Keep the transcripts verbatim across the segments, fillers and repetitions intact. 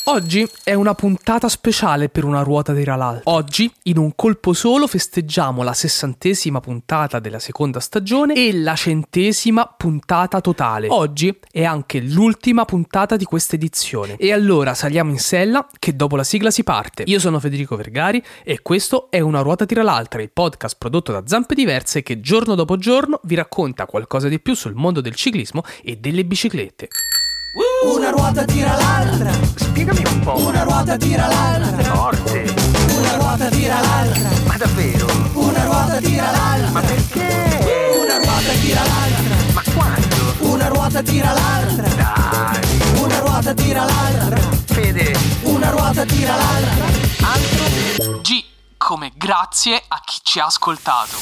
Oggi è una puntata speciale per Una ruota tira l'altra. Oggi, in un colpo solo, festeggiamo la sessantesima puntata della seconda stagione e la centesima puntata totale. Oggi è anche l'ultima puntata di questa edizione. E allora saliamo in sella che dopo la sigla si parte. Io sono Federico Vergari e questo è Una ruota tira l'altra, il podcast prodotto da Zampe Diverse che giorno dopo giorno vi racconta qualcosa di più sul mondo del ciclismo e delle biciclette. Una ruota tira l'altra. Spiegami un po'. Una ruota tira l'altra. Forte. Una ruota tira l'altra. Ma davvero? Una ruota tira l'altra. Ma perché? Una ruota tira l'altra. Ma quando? Una ruota tira l'altra. Dai. Una ruota tira l'altra. Fede. Una ruota tira l'altra. Altro? G come grazie a chi ci ha ascoltato.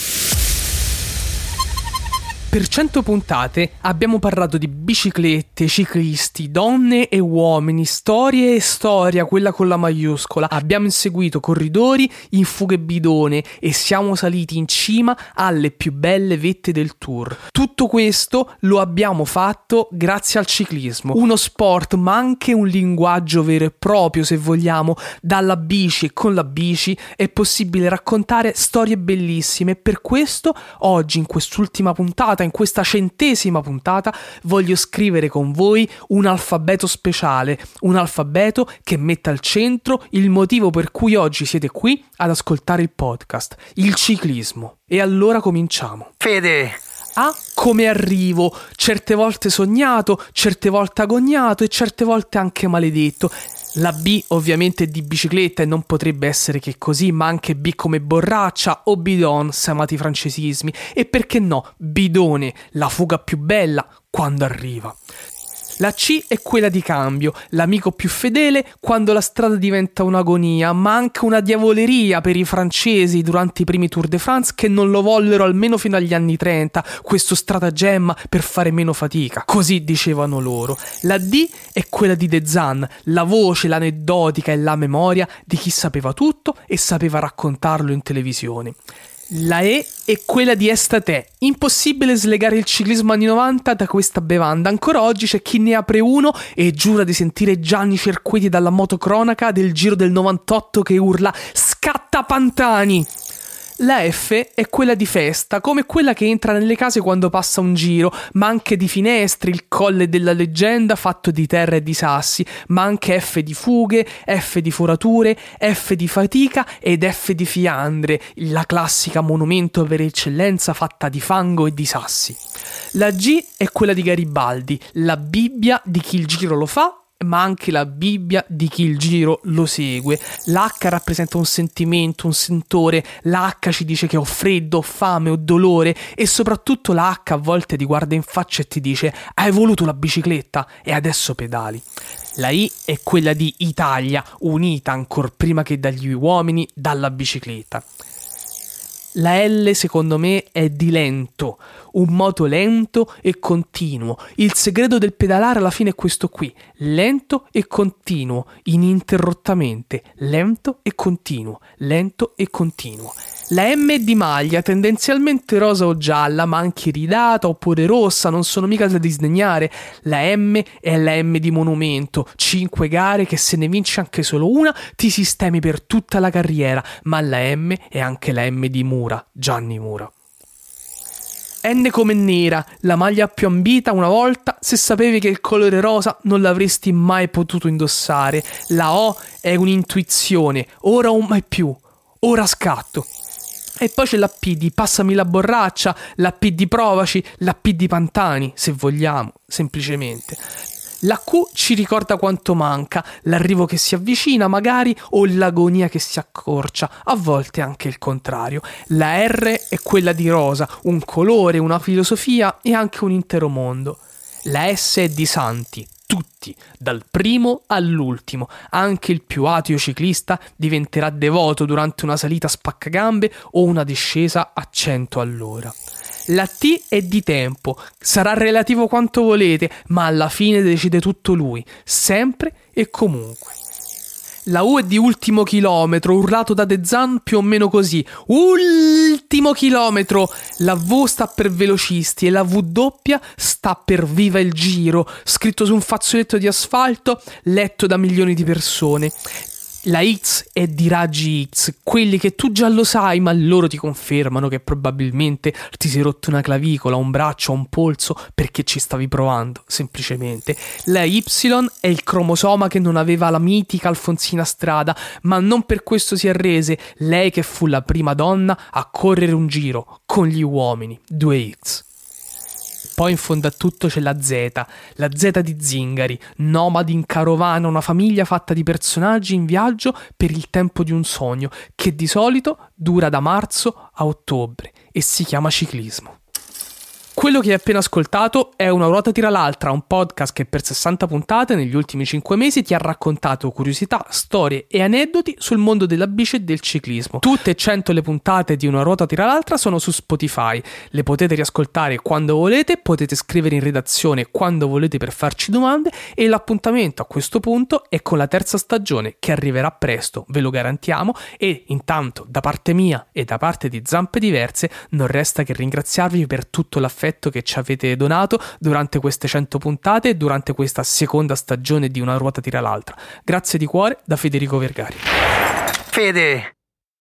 Per cento puntate abbiamo parlato di biciclette, ciclisti, donne e uomini, storie e storia, quella con la maiuscola. Abbiamo inseguito corridori in fuga e bidone e siamo saliti in cima alle più belle vette del tour. Tutto questo lo abbiamo fatto grazie al ciclismo, uno sport ma anche un linguaggio vero e proprio, se vogliamo. Dalla bici e con la bici è possibile raccontare storie bellissime e per questo oggi in quest'ultima puntata, in questa centesima puntata, voglio scrivere con voi un alfabeto speciale, un alfabeto che metta al centro il motivo per cui oggi siete qui ad ascoltare il podcast, il ciclismo. E allora cominciamo. Fede. A come arrivo, certe volte sognato, certe volte agognato e certe volte anche maledetto. La B ovviamente è di bicicletta e non potrebbe essere che così, ma anche B come borraccia o bidon, se amati i francesismi. E perché no, bidone, la fuga più bella quando arriva. La C è quella di cambio, l'amico più fedele quando la strada diventa un'agonia, ma anche una diavoleria per i francesi durante i primi Tour de France che non lo vollero almeno fino agli anni trenta, questo stratagemma per fare meno fatica, così dicevano loro. La D è quella di De Zan, la voce, l'aneddotica e la memoria di chi sapeva tutto e sapeva raccontarlo in televisione. La E è quella di Estate. Impossibile slegare il ciclismo anni novanta da questa bevanda. Ancora oggi c'è chi ne apre uno e giura di sentire Gianni Cerqueti dalla motocronaca del Giro del novantotto che urla "Scatta Pantani!". La F è quella di festa, come quella che entra nelle case quando passa un giro, ma anche di Finestri, il colle della leggenda fatto di terra e di sassi, ma anche F di fughe, F di forature, F di fatica ed F di Fiandre, la classica monumento per eccellenza fatta di fango e di sassi. La G è quella di Garibaldi, la Bibbia di chi il giro lo fa, ma anche la Bibbia di chi il giro lo segue. L'H rappresenta un sentimento, un sentore. L'H ci dice che ho freddo, ho fame, ho dolore e soprattutto la H a volte ti guarda in faccia e ti dice hai voluto la bicicletta e adesso pedali. La I è quella di Italia, unita ancor prima che dagli uomini dalla bicicletta. La L secondo me è di lento, un moto lento e continuo. Il segreto del pedalare alla fine è questo qui, lento e continuo, ininterrottamente, lento e continuo, lento e continuo. La M è di maglia, tendenzialmente rosa o gialla, ma anche iridata oppure rossa, non sono mica da disdegnare. La M è la M di monumento, cinque gare che se ne vinci anche solo una ti sistemi per tutta la carriera, ma la M è anche la M di Mura, Gianni Mura. N come nera, la maglia più ambita una volta se sapevi che il colore rosa non l'avresti mai potuto indossare. La O è un'intuizione, ora o mai più, ora scatto. E poi c'è la P di passami la borraccia, la P di provaci, la P di Pantani, se vogliamo, semplicemente. La Q ci ricorda quanto manca, l'arrivo che si avvicina magari o l'agonia che si accorcia, a volte anche il contrario. La R è quella di rosa, un colore, una filosofia e anche un intero mondo. La S è di santi, tutti, dal primo all'ultimo. Anche il più ateo ciclista diventerà devoto durante una salita a spaccagambe o una discesa a cento all'ora. La T è di tempo, sarà relativo quanto volete, ma alla fine decide tutto lui, sempre e comunque. La U è di ultimo chilometro, urlato da The Zan più o meno così. Ultimo chilometro. La V sta per velocisti e la V doppia sta per viva il giro, scritto su un fazzoletto di asfalto, letto da milioni di persone. La X è di raggi X, quelli che tu già lo sai, ma loro ti confermano che probabilmente ti sei rotto una clavicola, un braccio o un polso perché ci stavi provando, semplicemente. La Y è il cromosoma che non aveva la mitica Alfonsina Strada, ma non per questo si arrese, lei che fu la prima donna a correre un giro con gli uomini, due X. Poi in fondo a tutto c'è la Z, la Z di Zingari, nomadi in carovana, una famiglia fatta di personaggi in viaggio per il tempo di un sogno, che di solito dura da marzo a ottobre e si chiama ciclismo. Quello che hai appena ascoltato è Una ruota tira l'altra, un podcast che per sessanta puntate negli ultimi cinque mesi ti ha raccontato curiosità, storie e aneddoti sul mondo della bici e del ciclismo. Tutte e cento le puntate di Una ruota tira l'altra sono su Spotify, le potete riascoltare quando volete, potete scrivere in redazione quando volete per farci domande e l'appuntamento a questo punto è con la terza stagione che arriverà presto, ve lo garantiamo, e intanto da parte mia e da parte di Zampe Diverse non resta che ringraziarvi per tutto l'affetto che ci avete donato durante queste cento puntate e durante questa seconda stagione di Una ruota tira l'altra. Grazie di cuore da Federico Vergari. Fede,